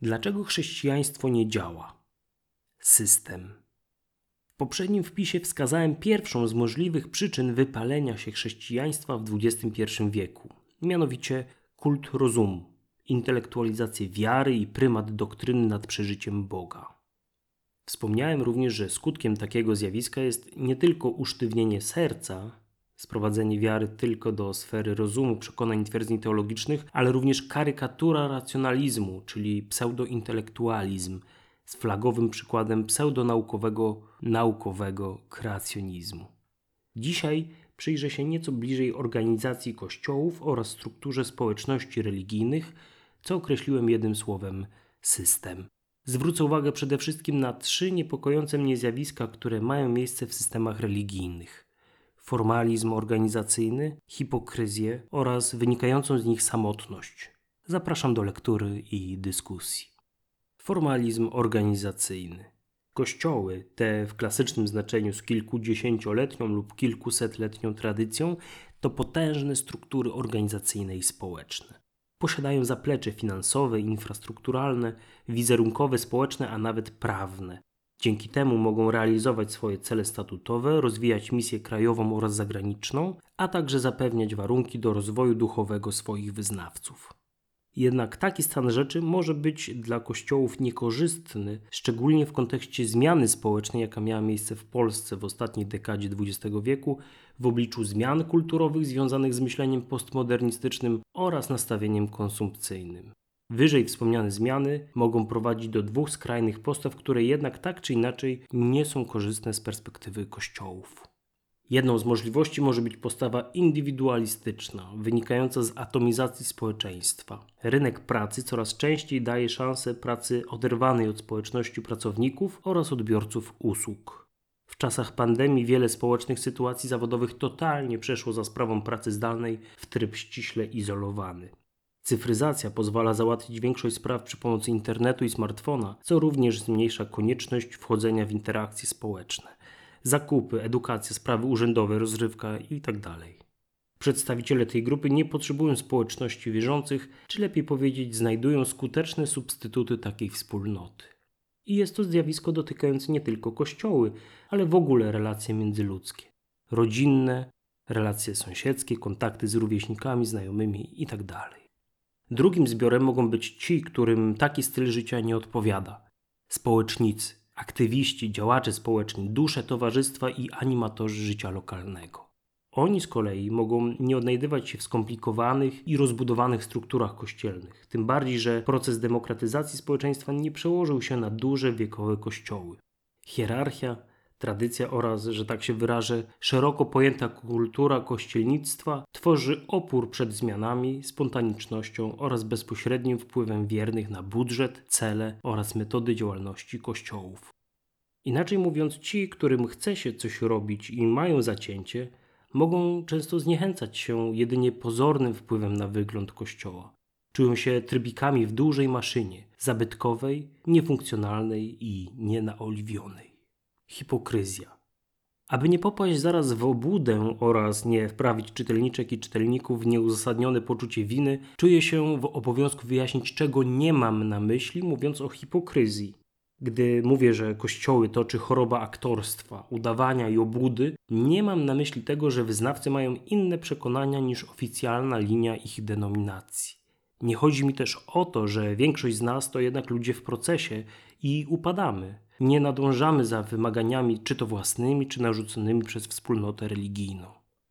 Dlaczego chrześcijaństwo nie działa? System. W poprzednim wpisie wskazałem pierwszą z możliwych przyczyn wypalenia się chrześcijaństwa w XXI wieku, mianowicie kult rozumu, intelektualizację wiary i prymat doktryny nad przeżyciem Boga. Wspomniałem również, że skutkiem takiego zjawiska jest nie tylko usztywnienie serca, sprowadzenie wiary tylko do sfery rozumu, przekonań i twierdzeń teologicznych, ale również karykatura racjonalizmu, czyli pseudointelektualizm, z flagowym przykładem pseudonaukowego kreacjonizmu. Dzisiaj przyjrzę się nieco bliżej organizacji kościołów oraz strukturze społeczności religijnych, co określiłem jednym słowem system. Zwrócę uwagę przede wszystkim na 3 niepokojące mnie zjawiska, które mają miejsce w systemach religijnych. Formalizm organizacyjny, hipokryzję oraz wynikającą z nich samotność. Zapraszam do lektury i dyskusji. Formalizm organizacyjny. Kościoły, te w klasycznym znaczeniu z kilkudziesięcioletnią lub kilkusetletnią tradycją, to potężne struktury organizacyjne i społeczne. Posiadają zaplecze finansowe, infrastrukturalne, wizerunkowe, społeczne, a nawet prawne. Dzięki temu mogą realizować swoje cele statutowe, rozwijać misję krajową oraz zagraniczną, a także zapewniać warunki do rozwoju duchowego swoich wyznawców. Jednak taki stan rzeczy może być dla kościołów niekorzystny, szczególnie w kontekście zmiany społecznej, jaka miała miejsce w Polsce w ostatniej dekadzie XX wieku, w obliczu zmian kulturowych związanych z myśleniem postmodernistycznym oraz nastawieniem konsumpcyjnym. Wyżej wspomniane zmiany mogą prowadzić do 2 skrajnych postaw, które jednak tak czy inaczej nie są korzystne z perspektywy kościołów. Jedną z możliwości może być postawa indywidualistyczna, wynikająca z atomizacji społeczeństwa. Rynek pracy coraz częściej daje szansę pracy oderwanej od społeczności pracowników oraz odbiorców usług. W czasach pandemii wiele społecznych sytuacji zawodowych totalnie przeszło za sprawą pracy zdalnej w tryb ściśle izolowany. Cyfryzacja pozwala załatwić większość spraw przy pomocy internetu i smartfona, co również zmniejsza konieczność wchodzenia w interakcje społeczne. Zakupy, edukacja, sprawy urzędowe, rozrywka itd. Przedstawiciele tej grupy nie potrzebują społeczności wierzących, czy lepiej powiedzieć, znajdują skuteczne substytuty takiej wspólnoty. I jest to zjawisko dotykające nie tylko kościoły, ale w ogóle relacje międzyludzkie. Rodzinne, relacje sąsiedzkie, kontakty z rówieśnikami, znajomymi itd. Drugim zbiorem mogą być ci, którym taki styl życia nie odpowiada. Społecznicy, aktywiści, działacze społeczni, dusze towarzystwa i animatorzy życia lokalnego. Oni z kolei mogą nie odnajdywać się w skomplikowanych i rozbudowanych strukturach kościelnych, tym bardziej, że proces demokratyzacji społeczeństwa nie przełożył się na duże wiekowe kościoły. Hierarchia, tradycja oraz, że tak się wyrażę, szeroko pojęta kultura kościelnictwa tworzy opór przed zmianami, spontanicznością oraz bezpośrednim wpływem wiernych na budżet, cele oraz metody działalności kościołów. Inaczej mówiąc, ci, którym chce się coś robić i mają zacięcie, mogą często zniechęcać się jedynie pozornym wpływem na wygląd kościoła. Czują się trybikami w dużej maszynie, zabytkowej, niefunkcjonalnej i nienaoliwionej. Hipokryzja. Aby nie popaść zaraz w obłudę oraz nie wprawić czytelniczek i czytelników w nieuzasadnione poczucie winy, czuję się w obowiązku wyjaśnić, czego nie mam na myśli, mówiąc o hipokryzji. Gdy mówię, że kościoły toczy choroba aktorstwa, udawania i obłudy, nie mam na myśli tego, że wyznawcy mają inne przekonania niż oficjalna linia ich denominacji. Nie chodzi mi też o to, że większość z nas to jednak ludzie w procesie i upadamy. Nie nadążamy za wymaganiami czy to własnymi, czy narzuconymi przez wspólnotę religijną.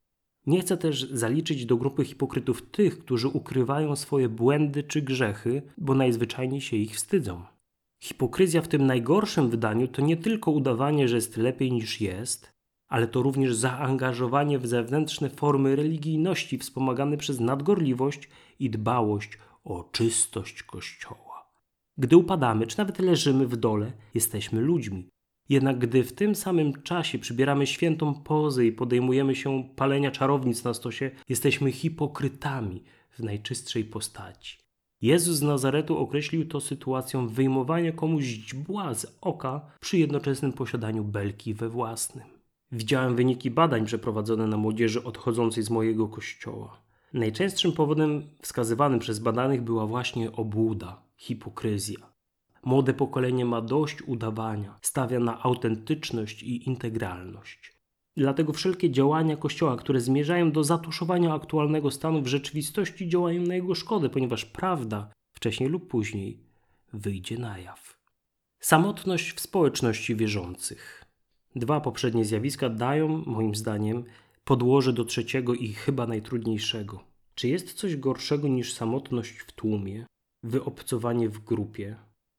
Nie chcę też zaliczyć do grupy hipokrytów tych, którzy ukrywają swoje błędy czy grzechy, bo najzwyczajniej się ich wstydzą. Hipokryzja w tym najgorszym wydaniu to nie tylko udawanie, że jest lepiej niż jest, ale to również zaangażowanie w zewnętrzne formy religijności wspomagane przez nadgorliwość i dbałość o czystość Kościoła. Gdy upadamy, czy nawet leżymy w dole, jesteśmy ludźmi. Jednak gdy w tym samym czasie przybieramy świętą pozę i podejmujemy się palenia czarownic na stosie, jesteśmy hipokrytami w najczystszej postaci. Jezus z Nazaretu określił to sytuacją wyjmowania komuś źdźbła z oka przy jednoczesnym posiadaniu belki we własnym. Widziałem wyniki badań przeprowadzone na młodzieży odchodzącej z mojego kościoła. Najczęstszym powodem wskazywanym przez badanych była właśnie obłuda, hipokryzja. Młode pokolenie ma dość udawania, stawia na autentyczność i integralność. Dlatego wszelkie działania Kościoła, które zmierzają do zatuszowania aktualnego stanu w rzeczywistości, działają na jego szkodę, ponieważ prawda wcześniej lub później wyjdzie na jaw. Samotność w społeczności wierzących. 2 poprzednie zjawiska dają, moim zdaniem, podłoże do trzeciego i chyba najtrudniejszego. Czy jest coś gorszego niż samotność w tłumie, wyobcowanie w grupie?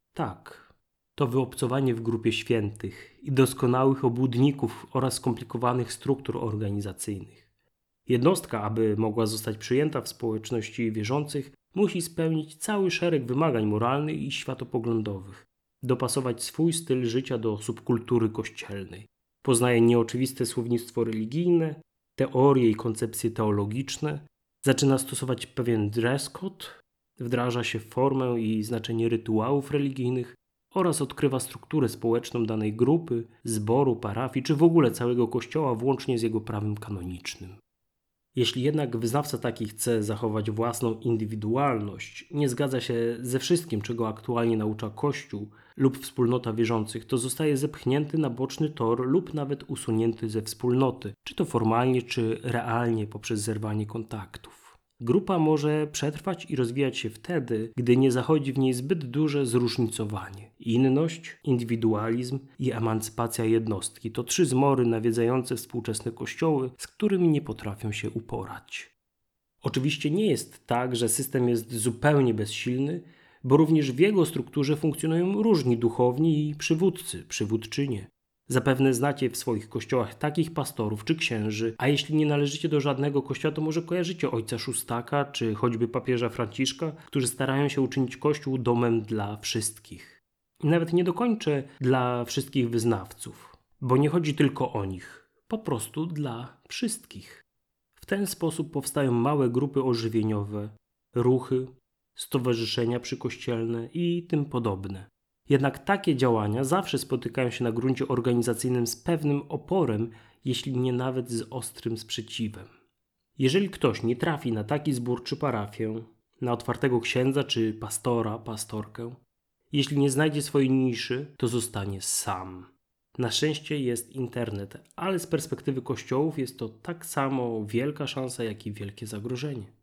Tak, to wyobcowanie w grupie świętych i doskonałych obłudników oraz skomplikowanych struktur organizacyjnych. Jednostka, aby mogła zostać przyjęta w społeczności wierzących, musi spełnić cały szereg wymagań moralnych i światopoglądowych, dopasować swój styl życia do subkultury kościelnej. Poznaje nieoczywiste słownictwo religijne, teorie i koncepcje teologiczne, zaczyna stosować pewien dress code, wdraża się w formę i znaczenie rytuałów religijnych oraz odkrywa strukturę społeczną danej grupy, zboru, parafii czy w ogóle całego kościoła włącznie z jego prawem kanonicznym. Jeśli jednak wyznawca taki chce zachować własną indywidualność, nie zgadza się ze wszystkim, czego aktualnie naucza Kościół lub wspólnota wierzących, to zostaje zepchnięty na boczny tor lub nawet usunięty ze wspólnoty, czy to formalnie, czy realnie poprzez zerwanie kontaktów. Grupa może przetrwać i rozwijać się wtedy, gdy nie zachodzi w niej zbyt duże zróżnicowanie. Inność, indywidualizm i emancypacja jednostki to 3 zmory nawiedzające współczesne kościoły, z którymi nie potrafią się uporać. Oczywiście nie jest tak, że system jest zupełnie bezsilny, bo również w jego strukturze funkcjonują różni duchowni i przywódcy, przywódczynie. Zapewne znacie w swoich kościołach takich pastorów czy księży, a jeśli nie należycie do żadnego kościoła, to może kojarzycie ojca Szóstaka czy choćby papieża Franciszka, którzy starają się uczynić Kościół domem dla wszystkich. I nawet nie dokończę dla wszystkich wyznawców, bo nie chodzi tylko o nich, po prostu dla wszystkich. W ten sposób powstają małe grupy ożywieniowe, ruchy, stowarzyszenia przykościelne i tym podobne. Jednak takie działania zawsze spotykają się na gruncie organizacyjnym z pewnym oporem, jeśli nie nawet z ostrym sprzeciwem. Jeżeli ktoś nie trafi na taki zbór czy parafię, na otwartego księdza czy pastora, pastorkę, jeśli nie znajdzie swojej niszy, to zostanie sam. Na szczęście jest internet, ale z perspektywy kościołów jest to tak samo wielka szansa, jak i wielkie zagrożenie.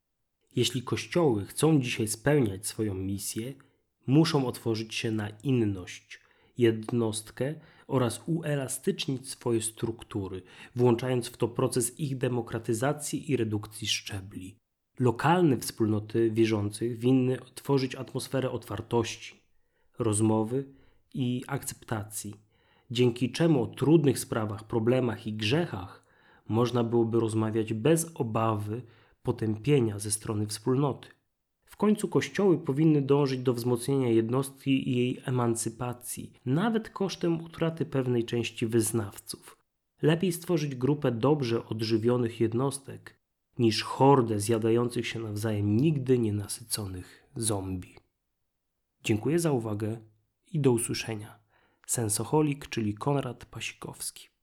Jeśli kościoły chcą dzisiaj spełniać swoją misję, muszą otworzyć się na inność, jednostkę oraz uelastycznić swoje struktury, włączając w to proces ich demokratyzacji i redukcji szczebli. Lokalne wspólnoty wierzących winny tworzyć atmosferę otwartości, rozmowy i akceptacji, dzięki czemu o trudnych sprawach, problemach i grzechach można byłoby rozmawiać bez obawy potępienia ze strony wspólnoty. W końcu kościoły powinny dążyć do wzmocnienia jednostki i jej emancypacji, nawet kosztem utraty pewnej części wyznawców. Lepiej stworzyć grupę dobrze odżywionych jednostek, niż hordę zjadających się nawzajem nigdy nienasyconych zombie. Dziękuję za uwagę i do usłyszenia. Sensoholik, czyli Konrad Pasikowski.